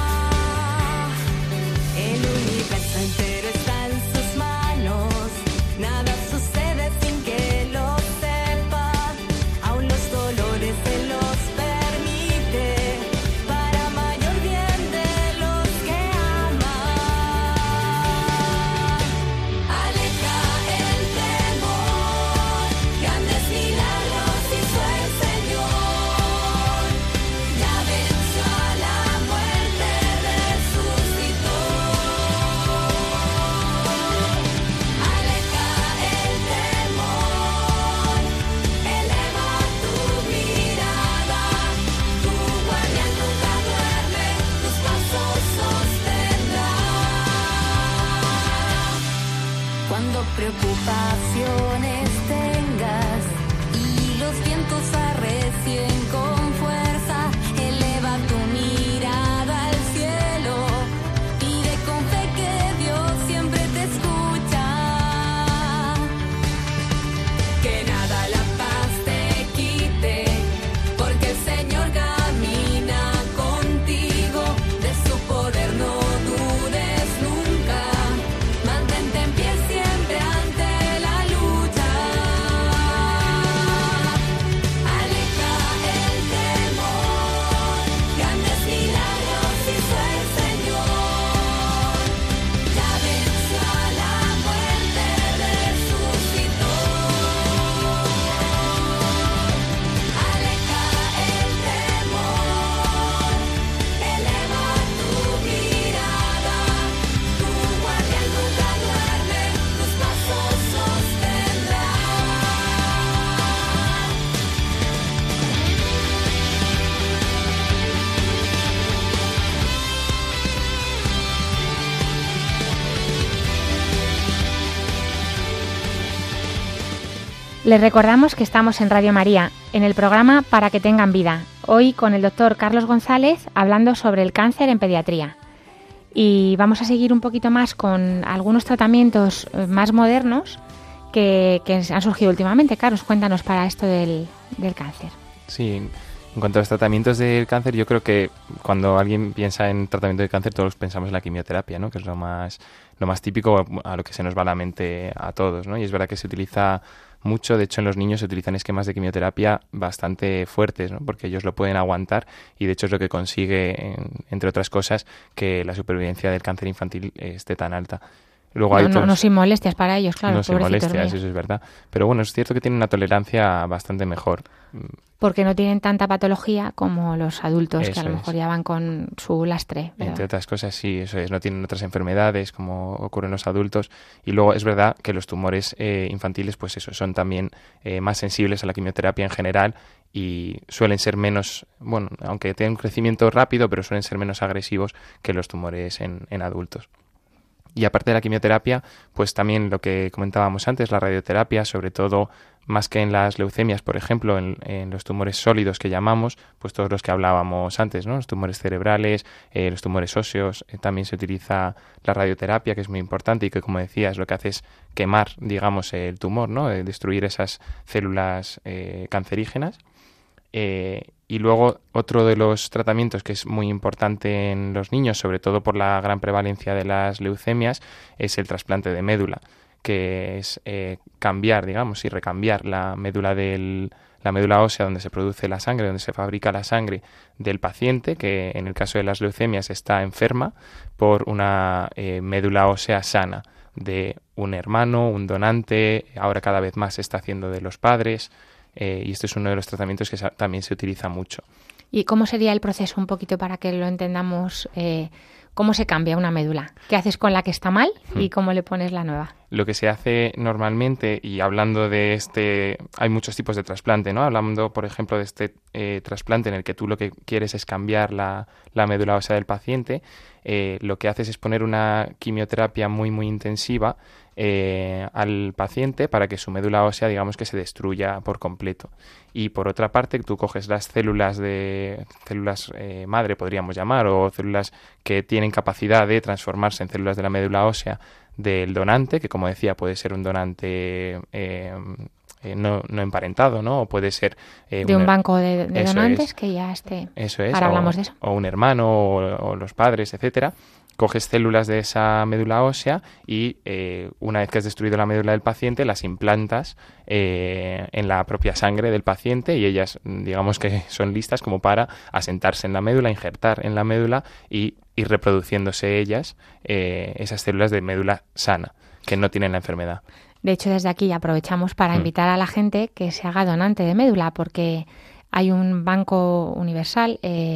D: El universo entero está en sus manos, nada sucede sin que lo sepa, aún los dolores Él los permite para mayor bien de los que ama. Aleja el temor, grandes milagros hizo el Señor, ya venció a la muerte, resucitó. Aleja el temor, eleva tu mirada, tu guardián nunca duerme, tus pasos sostendrá. Cuando preocupaciones tengas y los vientos arrecien con fuerza, eleva tu mirada al cielo, pide con fe que Dios siempre te escucha. Que nada la paz te quite, porque el Señor camina contigo, de su poder no dudes nunca, mantente en pie siempre ante la lucha. Aleja el temor, grandes milagros hizo el Señor, ya venció a la muerte, resucitó. Aleja el temor, eleva tu mirada, tu guardián nunca duerme, tus pasos sostendrá.
B: Les recordamos que estamos en Radio María, en el programa Para que tengan vida. Hoy con el doctor Carlos González hablando sobre el cáncer en pediatría. Y vamos a seguir un poquito más con algunos tratamientos más modernos que han surgido últimamente. Carlos, cuéntanos para esto del cáncer.
C: Sí, en cuanto a los tratamientos del cáncer, yo creo que cuando alguien piensa en tratamiento de cáncer, todos pensamos en la quimioterapia, ¿no? Que es lo más típico, a lo que se nos va la mente a todos, ¿no? Y es verdad que se utiliza mucho, de hecho en los niños se utilizan esquemas de quimioterapia bastante fuertes, ¿no? Porque ellos lo pueden aguantar y de hecho es lo que consigue, entre otras cosas, que la supervivencia del cáncer infantil esté tan alta. Luego hay
B: No sin molestias para ellos, claro.
C: No sin molestias,
B: míos.
C: eso es verdad. Pero bueno, es cierto que tienen una tolerancia bastante mejor.
B: Porque no tienen tanta patología como los adultos,
C: Eso
B: que a lo mejor
C: es.
B: ya van con su lastre. Pero...
C: Entre otras cosas, sí, eso es. No tienen otras enfermedades como ocurre en los adultos. Y luego es verdad que los tumores infantiles, pues eso, son también más sensibles a la quimioterapia en general y suelen ser menos, bueno, aunque tienen un crecimiento rápido, pero suelen ser menos agresivos que los tumores en adultos. Y aparte de la quimioterapia, pues también lo que comentábamos antes, la radioterapia, sobre todo más que en las leucemias, por ejemplo, en los tumores sólidos que llamamos, pues todos los que hablábamos antes, ¿no? Los tumores cerebrales, los tumores óseos, también se utiliza la radioterapia, que es muy importante y que, como decías, lo que hace es quemar, digamos, el tumor, ¿no? Destruir esas células cancerígenas. Y luego otro de los tratamientos que es muy importante en los niños, sobre todo por la gran prevalencia de las leucemias, es el trasplante de médula, que es cambiar, digamos, y recambiar la médula la médula ósea donde se produce la sangre, donde se fabrica la sangre del paciente, que en el caso de las leucemias está enferma, por una médula ósea sana de un hermano, un donante. Ahora cada vez más se está haciendo de los padres, y este es uno de los tratamientos que también se utiliza mucho.
B: ¿Y cómo sería el proceso, un poquito para que lo entendamos? ¿Cómo se cambia una médula? ¿Qué haces con la que está mal y cómo le pones la nueva?
C: Lo que se hace normalmente, y hablando de hay muchos tipos de trasplante, ¿no? Hablando, por ejemplo, de este trasplante en el que tú lo que quieres es cambiar la médula ósea del paciente, lo que haces es poner una quimioterapia muy, muy intensiva al paciente para que su médula ósea, digamos, que se destruya por completo. Y por otra parte, tú coges las células madre, podríamos llamar, o células que tienen capacidad de transformarse en células de la médula ósea del donante, que como decía puede ser un donante no emparentado, ¿no? O puede ser
B: de un banco de donantes que ya esté.
C: Eso es.
B: Ahora hablamos de eso.
C: O un hermano o los padres, etcétera. Coges células de esa médula ósea y una vez que has destruido la médula del paciente, las implantas en la propia sangre del paciente, y ellas, digamos que son listas como para asentarse en la médula, injertar en la médula y ir reproduciéndose ellas, esas células de médula sana, que no tienen la enfermedad.
B: De hecho, desde aquí aprovechamos para invitar a la gente que se haga donante de médula, porque hay un banco universal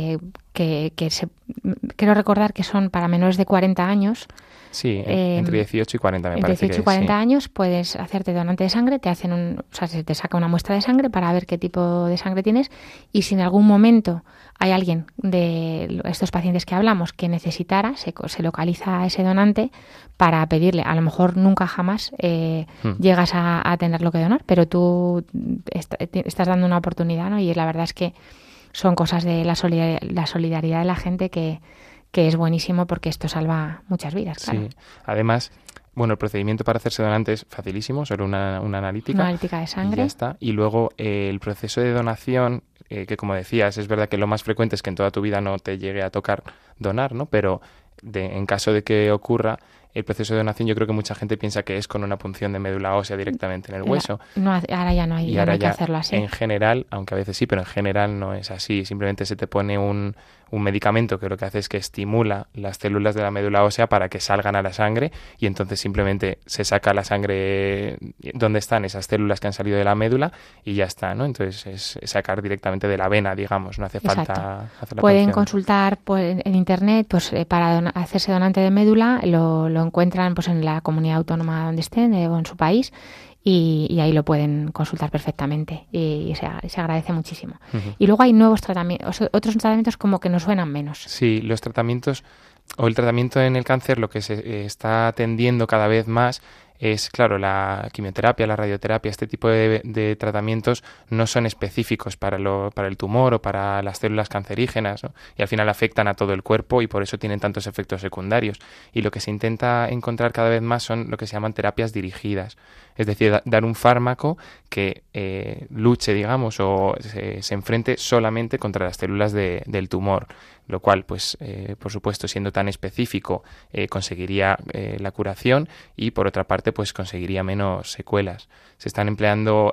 B: quiero recordar que son para menores de 40 años.
C: Sí, entre 18 y 40 me parece.
B: 18 y 40 años puedes hacerte donante de sangre, se te saca una muestra de sangre para ver qué tipo de sangre tienes, y si en algún momento hay alguien de estos pacientes que hablamos que necesitara, se localiza a ese donante para pedirle. A lo mejor nunca jamás llegas a tener lo que donar, pero tú estás dando una oportunidad, ¿no? Y la verdad es que son cosas de la solidaridad de la gente que es buenísimo, porque esto salva muchas vidas, claro.
C: Sí, además, bueno, el procedimiento para hacerse donante es facilísimo, solo una analítica.
B: Una analítica de sangre.
C: Y ya está. Y luego el proceso de donación, que como decías, es verdad que lo más frecuente es que en toda tu vida no te llegue a tocar donar, ¿no? Pero en caso de que ocurra, el proceso de donación, yo creo que mucha gente piensa que es con una punción de médula ósea directamente en el hueso.
B: No, ahora ya no hay,
C: y ahora
B: hay que hacerlo así.
C: En general, aunque a veces sí, pero en general no es así. Simplemente se te pone un medicamento que lo que hace es que estimula las células de la médula ósea para que salgan a la sangre, y entonces simplemente se saca la sangre donde están esas células que han salido de la médula y ya está, ¿no? Entonces es sacar directamente de la vena, digamos, no hace falta hacer la
B: Pueden
C: punción.
B: Consultar en internet para hacerse donante de médula, lo encuentran pues en la comunidad autónoma donde estén o en su país, y ahí lo pueden consultar perfectamente, y se agradece muchísimo. Uh-huh. Y luego hay nuevos tratamientos, otros tratamientos como que nos suenan menos.
C: Sí, los tratamientos, o el tratamiento en el cáncer, lo que se está atendiendo cada vez más es, claro, la quimioterapia, la radioterapia, este tipo de tratamientos no son específicos para el tumor o para las células cancerígenas, ¿no? Y al final afectan a todo el cuerpo y por eso tienen tantos efectos secundarios. Y lo que se intenta encontrar cada vez más son lo que se llaman terapias dirigidas. Es decir, dar un fármaco que luche, digamos, o se enfrente solamente contra las células del tumor, lo cual, pues, por supuesto, siendo tan específico, conseguiría la curación y, por otra parte, pues conseguiría menos secuelas. Se están empleando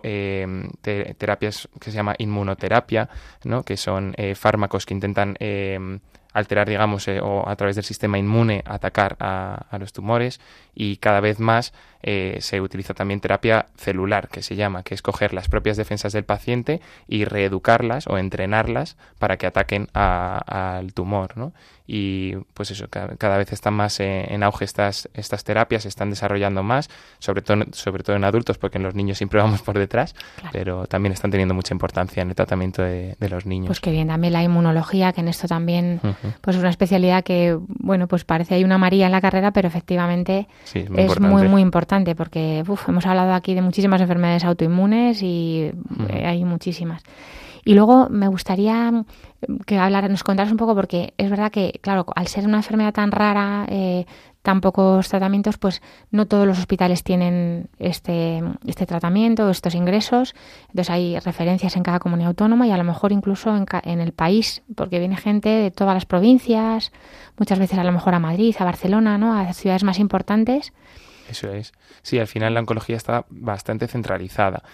C: terapias que se llama inmunoterapia, ¿no? Que son fármacos que intentan alterar, digamos, o a través del sistema inmune atacar a los tumores, y cada vez más se utiliza también terapia celular, que se llama, que es coger las propias defensas del paciente y reeducarlas o entrenarlas para que ataquen al tumor, ¿no? Y pues eso, cada vez están más en auge estas terapias, se están desarrollando más, sobre todo en adultos, porque en los niños siempre vamos por detrás, claro. Pero también están teniendo mucha importancia en el tratamiento de los niños.
B: Pues qué bien, también la inmunología, que en esto también pues es una especialidad que, bueno, pues parece hay una María en la carrera, pero efectivamente sí, es muy, muy importante, porque hemos hablado aquí de muchísimas enfermedades autoinmunes y hay muchísimas. Y luego me gustaría que nos contaras un poco, porque es verdad que, claro, al ser una enfermedad tan rara, tan pocos tratamientos, pues no todos los hospitales tienen este tratamiento, estos ingresos. Entonces hay referencias en cada comunidad autónoma y a lo mejor incluso en el país, porque viene gente de todas las provincias, muchas veces a lo mejor a Madrid, a Barcelona, ¿no? A ciudades más importantes.
C: Eso es. Sí, al final la oncología está bastante centralizada.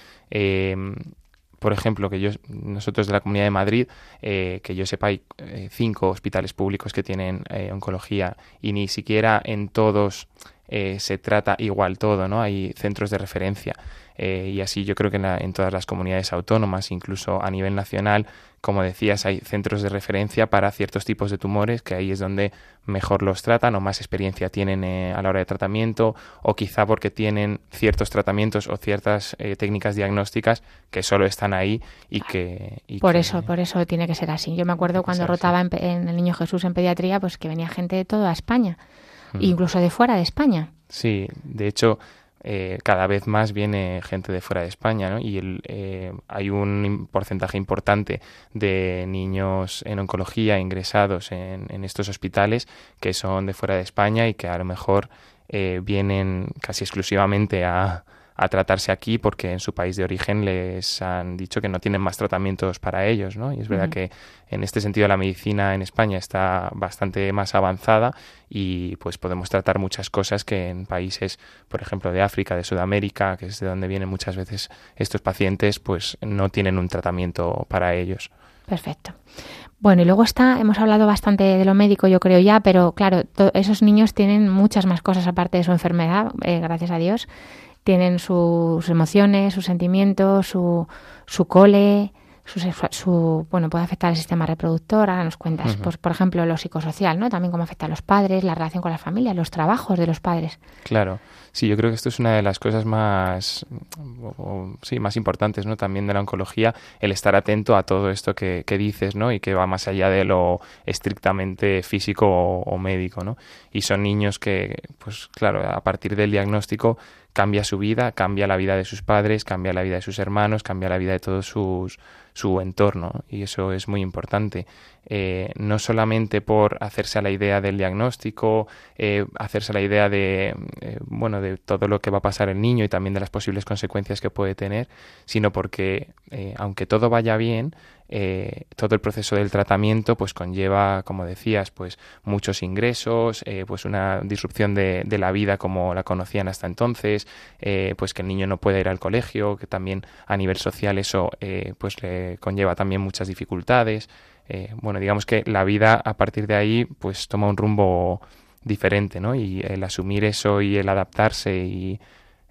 C: Por ejemplo, nosotros de la Comunidad de Madrid, que yo sepa, hay 5 hospitales públicos que tienen oncología y ni siquiera en todos se trata igual todo, ¿no? Hay centros de referencia y así yo creo que en todas las comunidades autónomas, incluso a nivel nacional, como decías, hay centros de referencia para ciertos tipos de tumores, que ahí es donde mejor los tratan o más experiencia tienen a la hora de tratamiento, o quizá porque tienen ciertos tratamientos o ciertas técnicas diagnósticas que solo están ahí y que...
B: Por eso tiene que ser así. Yo me acuerdo cuando rotaba en el Niño Jesús en pediatría, pues que venía gente de toda España, incluso de fuera de España.
C: Sí, de hecho... cada vez más viene gente de fuera de España, ¿no? Y hay un porcentaje importante de niños en oncología ingresados en estos hospitales que son de fuera de España y que a lo mejor vienen casi exclusivamente a tratarse aquí porque en su país de origen les han dicho que no tienen más tratamientos para ellos, ¿no? Y es verdad que en este sentido la medicina en España está bastante más avanzada y pues podemos tratar muchas cosas que en países, por ejemplo, de África, de Sudamérica, que es de donde vienen muchas veces estos pacientes, pues no tienen un tratamiento para ellos.
B: Perfecto. Bueno, y luego hemos hablado bastante de lo médico, yo creo ya, pero claro, esos niños tienen muchas más cosas aparte de su enfermedad, gracias a Dios. Tienen sus emociones, sus sentimientos, su cole, puede afectar al sistema reproductor. Ahora nos cuentas, pues por ejemplo, lo psicosocial, ¿no? También cómo afecta a los padres, la relación con la familia, los trabajos de los padres.
C: Claro, sí, yo creo que esto es una de las cosas más importantes, ¿no? También de la oncología, el estar atento a todo esto que dices, ¿no? Y que va más allá de lo estrictamente físico o médico, ¿no? Y son niños que, pues claro, a partir del diagnóstico cambia su vida, cambia la vida de sus padres, cambia la vida de sus hermanos, cambia la vida de todo su entorno, y eso es muy importante. No solamente por hacerse a la idea del diagnóstico, hacerse a la idea de todo lo que va a pasar el niño y también de las posibles consecuencias que puede tener, sino porque aunque todo vaya bien, todo el proceso del tratamiento pues conlleva, como decías, pues muchos ingresos, pues una disrupción de la vida como la conocían hasta entonces, pues que el niño no pueda ir al colegio, que también a nivel social eso pues le conlleva también muchas dificultades. Digamos que la vida a partir de ahí pues toma un rumbo diferente, ¿no? Y el asumir eso y el adaptarse y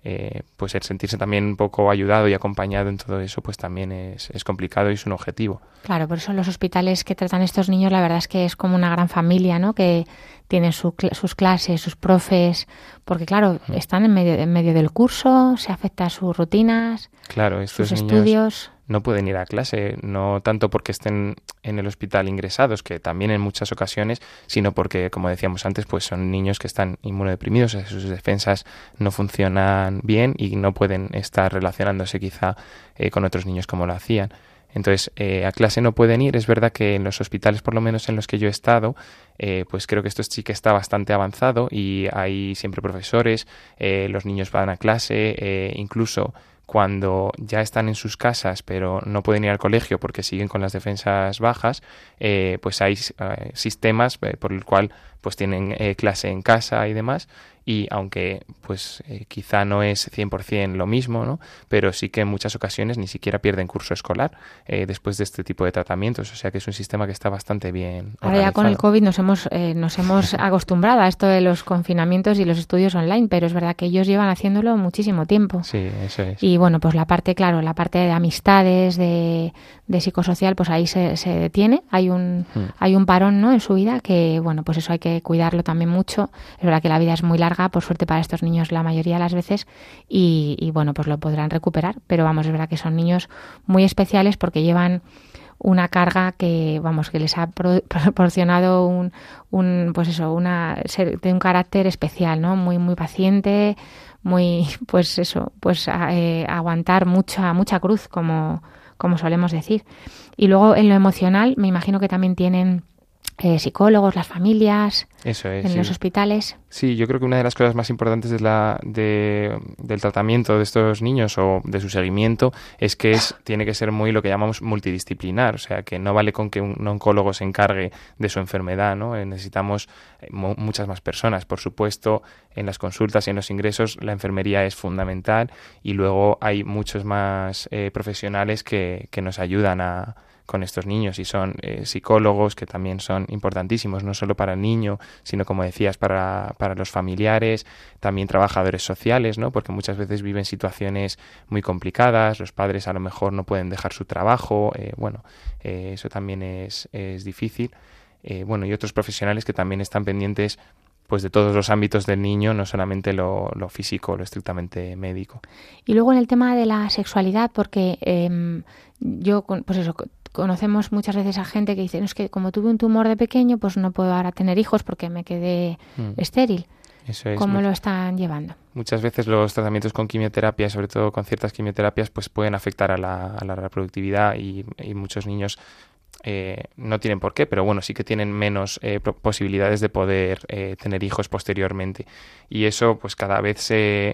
C: pues el sentirse también un poco ayudado y acompañado en todo eso pues también es complicado y es un objetivo.
B: Claro, por eso los hospitales que tratan estos niños la verdad es que es como una gran familia, ¿no? Que tienen sus clases, sus profes, porque claro, están en medio del curso, se afecta a sus rutinas,
C: claro, estos
B: sus
C: niños
B: estudios.
C: No pueden ir a clase, no tanto porque estén en el hospital ingresados, que también en muchas ocasiones, sino porque, como decíamos antes, pues son niños que están inmunodeprimidos, o sea, sus defensas no funcionan bien y no pueden estar relacionándose quizá con otros niños como lo hacían. Entonces, a clase no pueden ir. Es verdad que en los hospitales, por lo menos en los que yo he estado, pues creo que esto sí que está bastante avanzado y hay siempre profesores, los niños van a clase, incluso cuando ya están en sus casas pero no pueden ir al colegio porque siguen con las defensas bajas, pues hay sistemas por el cual pues tienen clase en casa y demás, y aunque pues quizá no es 100% lo mismo, ¿no? Pero sí que en muchas ocasiones ni siquiera pierden curso escolar después de este tipo de tratamientos, o sea que es un sistema que está bastante bien organizado.
B: Ahora ya con el COVID nos hemos acostumbrado a esto de los confinamientos y los estudios online, pero es verdad que ellos llevan haciéndolo muchísimo tiempo.
C: Sí, eso es.
B: Y bueno, pues la parte de amistades, de psicosocial, pues ahí se detiene, hay un parón, ¿no? En su vida que, bueno, pues eso hay que cuidarlo también mucho. Es verdad que la vida es muy larga, por suerte para estos niños la mayoría de las veces, y bueno, pues lo podrán recuperar, pero vamos, es verdad que son niños muy especiales porque llevan una carga que, vamos, que les ha proporcionado de un carácter especial, ¿no? Muy, muy paciente, muy, pues eso, pues aguantar mucha cruz, como solemos decir. Y luego en lo emocional, me imagino que también tienen psicólogos, las familias,
C: Eso es,
B: en
C: sí.
B: los hospitales.
C: Sí, yo creo que una de las cosas más importantes del tratamiento de estos niños o de su seguimiento es que tiene que ser muy lo que llamamos multidisciplinar, o sea, que no vale con que un oncólogo se encargue de su enfermedad, ¿no? Necesitamos muchas más personas. Por supuesto, en las consultas y en los ingresos la enfermería es fundamental y luego hay muchos más profesionales que nos ayudan con estos niños y son psicólogos que también son importantísimos, no solo para el niño, sino como decías, para los familiares, también trabajadores sociales, ¿no? Porque muchas veces viven situaciones muy complicadas, los padres a lo mejor no pueden dejar su trabajo, eso también es difícil. Y otros profesionales que también están pendientes pues de todos los ámbitos del niño, no solamente lo físico, lo estrictamente médico.
B: Y luego en el tema de la sexualidad, porque conocemos muchas veces a gente que dice, no, es que como tuve un tumor de pequeño, pues no puedo ahora tener hijos porque me quedé estéril.
C: Eso es.
B: ¿Cómo lo están llevando?
C: Muchas veces los tratamientos con quimioterapia, sobre todo con ciertas quimioterapias, pues pueden afectar a la reproductividad y muchos niños no tienen por qué, pero bueno, sí que tienen menos posibilidades de poder tener hijos posteriormente. Y eso, pues cada vez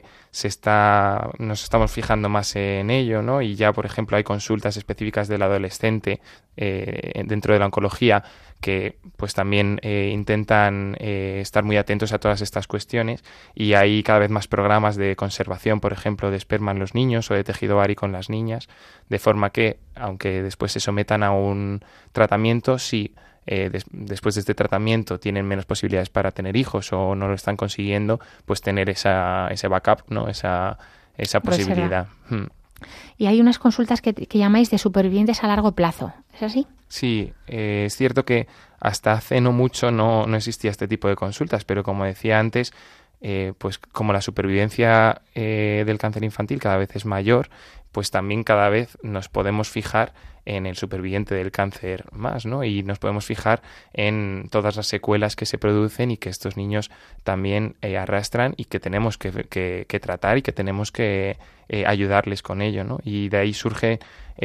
C: nos estamos fijando más en ello, ¿no? Y ya, por ejemplo, hay consultas específicas del adolescente dentro de la oncología que pues también intentan estar muy atentos a todas estas cuestiones y hay cada vez más programas de conservación, por ejemplo, de esperma en los niños o de tejido ovárico en las niñas, de forma que, aunque después se sometan a un tratamiento, si después de este tratamiento tienen menos posibilidades para tener hijos o no lo están consiguiendo, pues tener ese backup, ¿no? Esa posibilidad.
B: Y hay unas consultas que llamáis de supervivientes a largo plazo, ¿es así?
C: Sí, es cierto que hasta hace no mucho no existía este tipo de consultas, pero como decía antes, pues como la supervivencia del cáncer infantil cada vez es mayor, pues también cada vez nos podemos fijar en el superviviente del cáncer más, ¿no? Y nos podemos fijar en todas las secuelas que se producen y que estos niños también arrastran y que tenemos que tratar y que tenemos que ayudarles con ello, ¿no? Y de ahí surge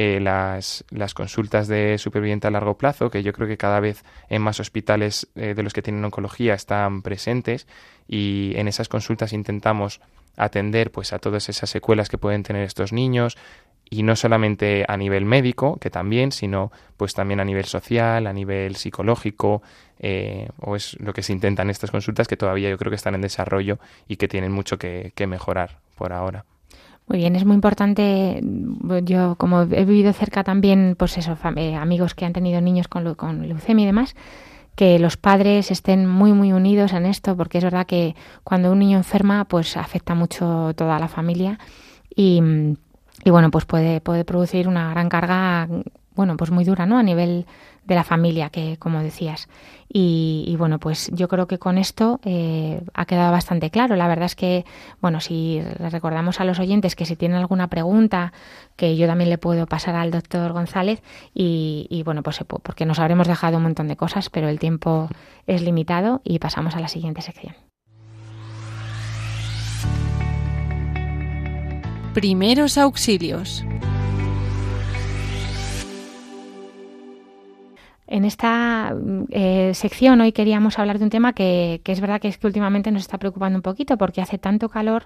C: las consultas de superviviente a largo plazo, que yo creo que cada vez en más hospitales de los que tienen oncología están presentes, y en esas consultas intentamos atender pues a todas esas secuelas que pueden tener estos niños, y no solamente a nivel médico, que también, sino pues también a nivel social, a nivel psicológico, o es lo que se intenta en estas consultas, que todavía yo creo que están en desarrollo y que tienen mucho que mejorar por ahora.
B: Muy bien, es muy importante. Yo, como he vivido cerca también, pues eso, amigos que han tenido niños con leucemia y demás, que los padres estén muy, muy unidos en esto, porque es verdad que cuando un niño enferma, pues afecta mucho toda la familia y bueno, pues puede producir una gran carga, bueno, pues muy dura, ¿no? A nivel de la familia, que como decías. Y bueno, pues yo creo que con esto ha quedado bastante claro. La verdad es que, bueno, si recordamos a los oyentes que si tienen alguna pregunta, que yo también le puedo pasar al doctor González y bueno, pues porque nos habremos dejado un montón de cosas, pero el tiempo es limitado y pasamos a la siguiente sección.
A: Primeros auxilios.
B: En esta sección hoy queríamos hablar de un tema que es verdad que últimamente nos está preocupando un poquito porque ha hecho tanto calor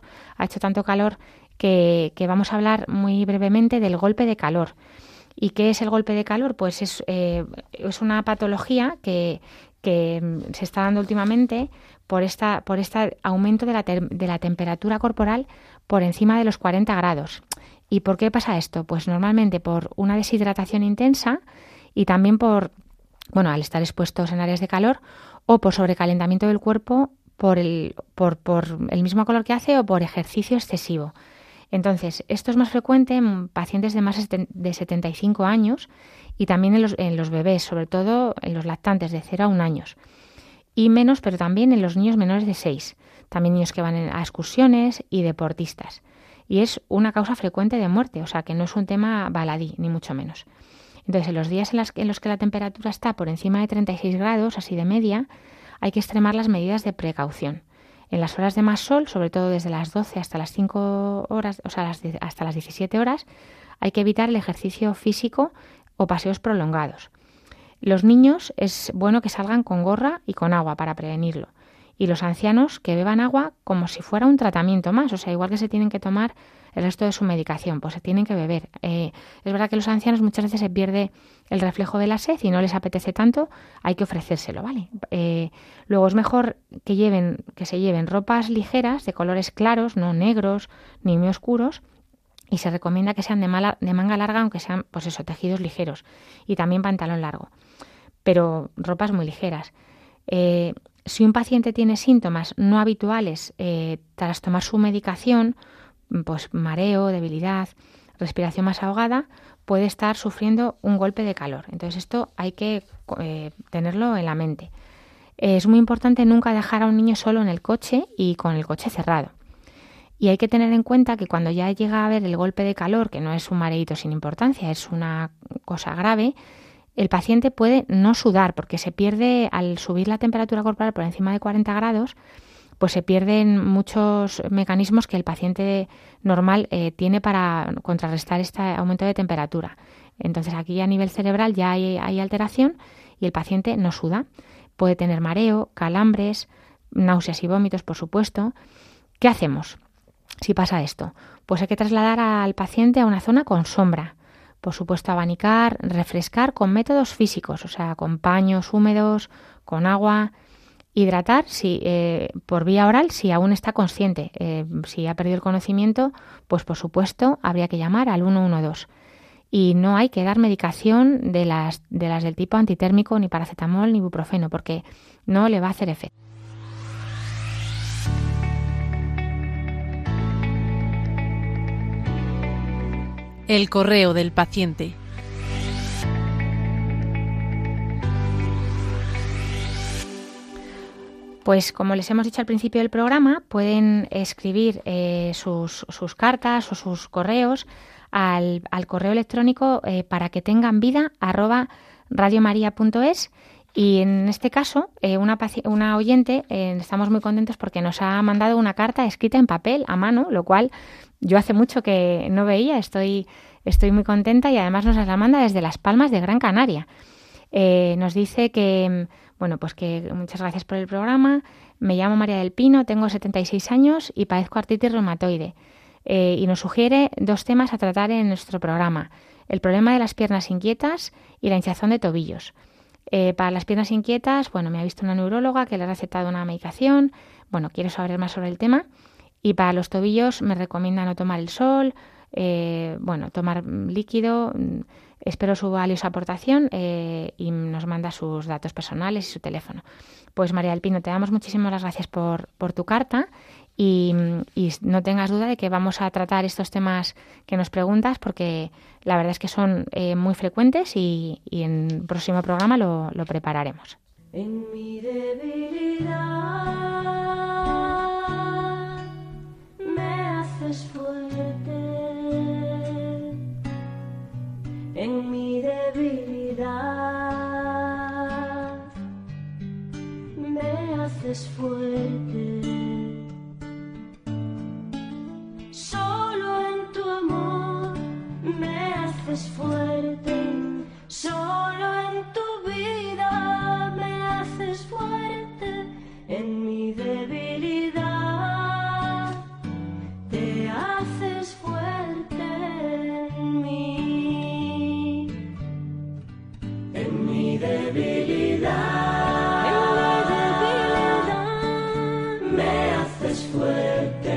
B: que vamos a hablar muy brevemente del golpe de calor. ¿Y qué es el golpe de calor? Pues es una patología que se está dando últimamente por este aumento de la temperatura corporal por encima de los 40 grados. ¿Y por qué pasa esto? Pues normalmente por una deshidratación intensa y también al estar expuestos en áreas de calor o por sobrecalentamiento del cuerpo por el mismo calor que hace o por ejercicio excesivo. Entonces, esto es más frecuente en pacientes de más de 75 años y también en los bebés, sobre todo en los lactantes de 0 a 1 año. Y menos, pero también en los niños menores de 6, también niños que van a excursiones y deportistas. Y es una causa frecuente de muerte, o sea que no es un tema baladí, ni mucho menos. Entonces, en los días en los que la temperatura está por encima de 36 grados, así de media, hay que extremar las medidas de precaución. En las horas de más sol, sobre todo desde las 12 hasta las 5 horas, o sea, hasta las 17 horas, hay que evitar el ejercicio físico o paseos prolongados. Los niños es bueno que salgan con gorra y con agua para prevenirlo. Y los ancianos que beban agua como si fuera un tratamiento más, o sea, igual que se tienen que tomar el resto de su medicación, pues se tienen que beber. Es verdad que los ancianos muchas veces se pierde el reflejo de la sed y no les apetece tanto, hay que ofrecérselo, ¿vale? Luego es mejor que se lleven ropas ligeras de colores claros, no negros ni muy oscuros, y se recomienda que sean de manga larga, aunque sean, pues eso, tejidos ligeros, y también pantalón largo, pero ropas muy ligeras. Si un paciente tiene síntomas no habituales tras tomar su medicación, pues mareo, debilidad, respiración más ahogada, puede estar sufriendo un golpe de calor. Entonces esto hay que tenerlo en la mente. Es muy importante nunca dejar a un niño solo en el coche y con el coche cerrado. Y hay que tener en cuenta que cuando ya llega a haber el golpe de calor, que no es un mareíto sin importancia, es una cosa grave, el paciente puede no sudar porque se pierde, al subir la temperatura corporal por encima de 40 grados, pues se pierden muchos mecanismos que el paciente normal tiene para contrarrestar este aumento de temperatura. Entonces aquí a nivel cerebral ya hay alteración y el paciente no suda. Puede tener mareo, calambres, náuseas y vómitos, por supuesto. ¿Qué hacemos si pasa esto? Pues hay que trasladar al paciente a una zona con sombra. Por supuesto, abanicar, refrescar con métodos físicos, o sea, con paños húmedos, con agua. Hidratar por vía oral si aún está consciente. Si ha perdido el conocimiento, pues por supuesto habría que llamar al 112. Y no hay que dar medicación de las del tipo antitérmico, ni paracetamol, ni ibuprofeno, porque no le va a hacer efecto.
A: El correo del paciente.
B: Pues como les hemos dicho al principio del programa, pueden escribir sus cartas o sus correos al correo electrónico para que tengan vida @radiomaria.es. Y en este caso, una oyente, estamos muy contentos porque nos ha mandado una carta escrita en papel a mano, lo cual yo hace mucho que no veía. Estoy muy contenta y además nos la manda desde Las Palmas de Gran Canaria. Nos dice que muchas gracias por el programa. Me llamo María del Pino, tengo 76 años y padezco artritis reumatoide. Y nos sugiere 2 temas a tratar en nuestro programa: el problema de las piernas inquietas y la hinchazón de tobillos. Para las piernas inquietas, me ha visto una neuróloga que le ha recetado una medicación. Quiero saber más sobre el tema. Y para los tobillos me recomienda no tomar el sol, tomar líquido. Espero su valiosa aportación y nos manda sus datos personales y su teléfono. Pues María del Pino, te damos muchísimas las gracias por tu carta y no tengas duda de que vamos a tratar estos temas que nos preguntas, porque la verdad es que son muy frecuentes y en el próximo programa lo prepararemos.
D: En mi debilidad me haces fuerte. En mi debilidad me haces fuerte. Solo en tu amor me haces fuerte. Solo en tu vida me haces fuerte. En mi debilidad te haces fuerte en mí. En mi debilidad, me haces fuerte.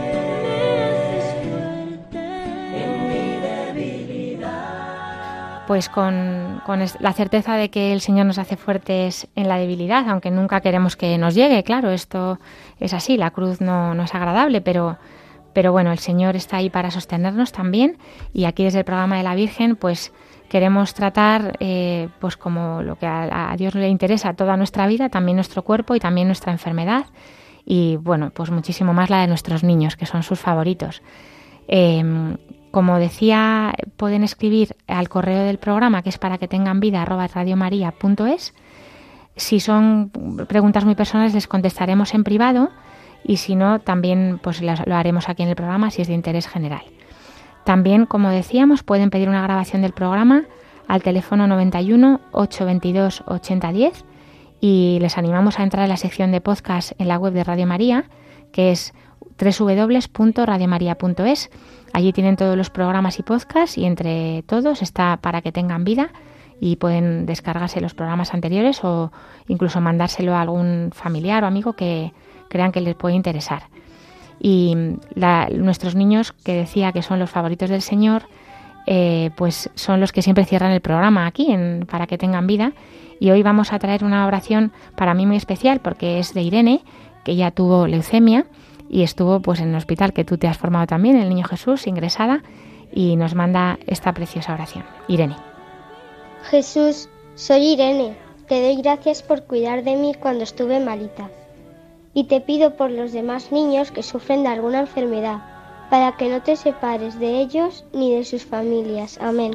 D: En mi debilidad.
B: Pues con la certeza de que el Señor nos hace fuertes en la debilidad, aunque nunca queremos que nos llegue, claro, esto es así, la cruz no es agradable, pero bueno, el Señor está ahí para sostenernos también, y aquí desde el programa de la Virgen, pues queremos tratar, pues como lo que a Dios le interesa, toda nuestra vida, también nuestro cuerpo y también nuestra enfermedad, y bueno, pues muchísimo más la de nuestros niños, que son sus favoritos. Como decía, pueden escribir al correo del programa, que es para que tengan vida @radiomaria.es. Si son preguntas muy personales, les contestaremos en privado, y si no, también pues lo haremos aquí en el programa si es de interés general. También, como decíamos, pueden pedir una grabación del programa al teléfono 91 822 8010 y les animamos a entrar a la sección de podcast en la web de Radio María, que es www.radiomaria.es. Allí tienen todos los programas y podcasts y entre todos está Para que tengan vida y pueden descargarse los programas anteriores o incluso mandárselo a algún familiar o amigo que crean que les puede interesar. Y nuestros niños, que decía que son los favoritos del Señor, pues son los que siempre cierran el programa aquí en Para que tengan vida. Y hoy vamos a traer una oración para mí muy especial porque es de Irene, que ya tuvo leucemia y estuvo pues en el hospital que tú te has formado también, el Niño Jesús, ingresada, y nos manda esta preciosa oración. Irene.
E: Jesús, soy Irene. Te doy gracias por cuidar de mí cuando estuve malita. Y te pido por los demás niños que sufren de alguna enfermedad, para que no te separes de ellos ni de sus familias. Amén.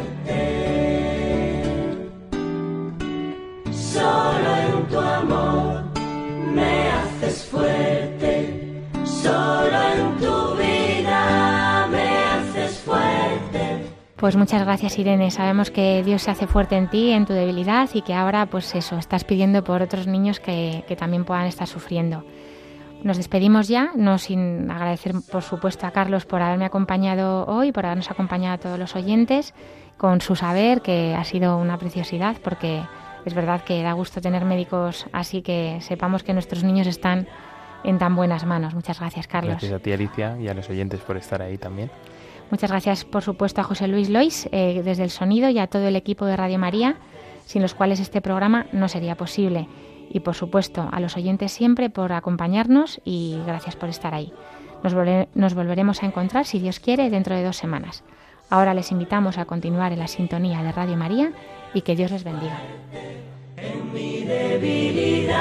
D: Solo en tu amor me haces fuerte, solo en tu vida me haces fuerte.
B: Pues muchas gracias, Irene. Sabemos que Dios se hace fuerte en ti, en tu debilidad, y que ahora, pues eso, estás pidiendo por otros niños que también puedan estar sufriendo. Nos despedimos ya, no sin agradecer, por supuesto, a Carlos por haberme acompañado hoy, por habernos acompañado a todos los oyentes, con su saber, que ha sido una preciosidad, porque es verdad que da gusto tener médicos así, que sepamos que nuestros niños están en tan buenas manos. Muchas gracias, Carlos.
C: Gracias a ti, Alicia, y a los oyentes por estar ahí también.
B: Muchas gracias, por supuesto, a José Luis Lois, desde el sonido, y a todo el equipo de Radio María, sin los cuales este programa no sería posible. Y, por supuesto, a los oyentes siempre por acompañarnos y gracias por estar ahí. Nos volveremos a encontrar, si Dios quiere, dentro de 2 semanas. Ahora les invitamos a continuar en la sintonía de Radio María y que Dios les bendiga.
D: En mi debilidad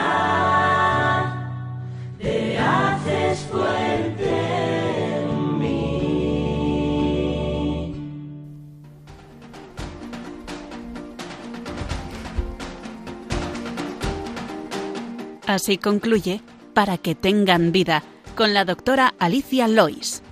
D: te haces fuerte en mí.
A: Así concluye Para que tengan vida, con la doctora Alicia Lois.